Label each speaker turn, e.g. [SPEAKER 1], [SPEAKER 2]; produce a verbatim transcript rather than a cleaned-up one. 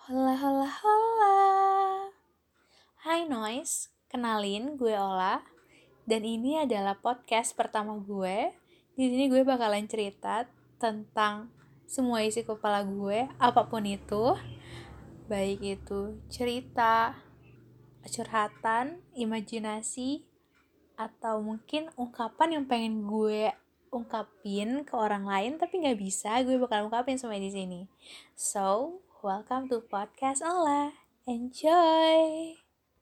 [SPEAKER 1] Hola, hola, hola. Hai Noise, kenalin gue Ola. Dan ini adalah podcast pertama gue. Di sini gue bakalan cerita tentang semua isi kepala gue, apapun itu. Baik itu cerita, curhatan, imajinasi, atau mungkin ungkapan yang pengen gue ungkapin ke orang lain tapi nggak bisa, gue bakal ungkapin semua di sini. So, welcome to podcast Ola. Enjoy.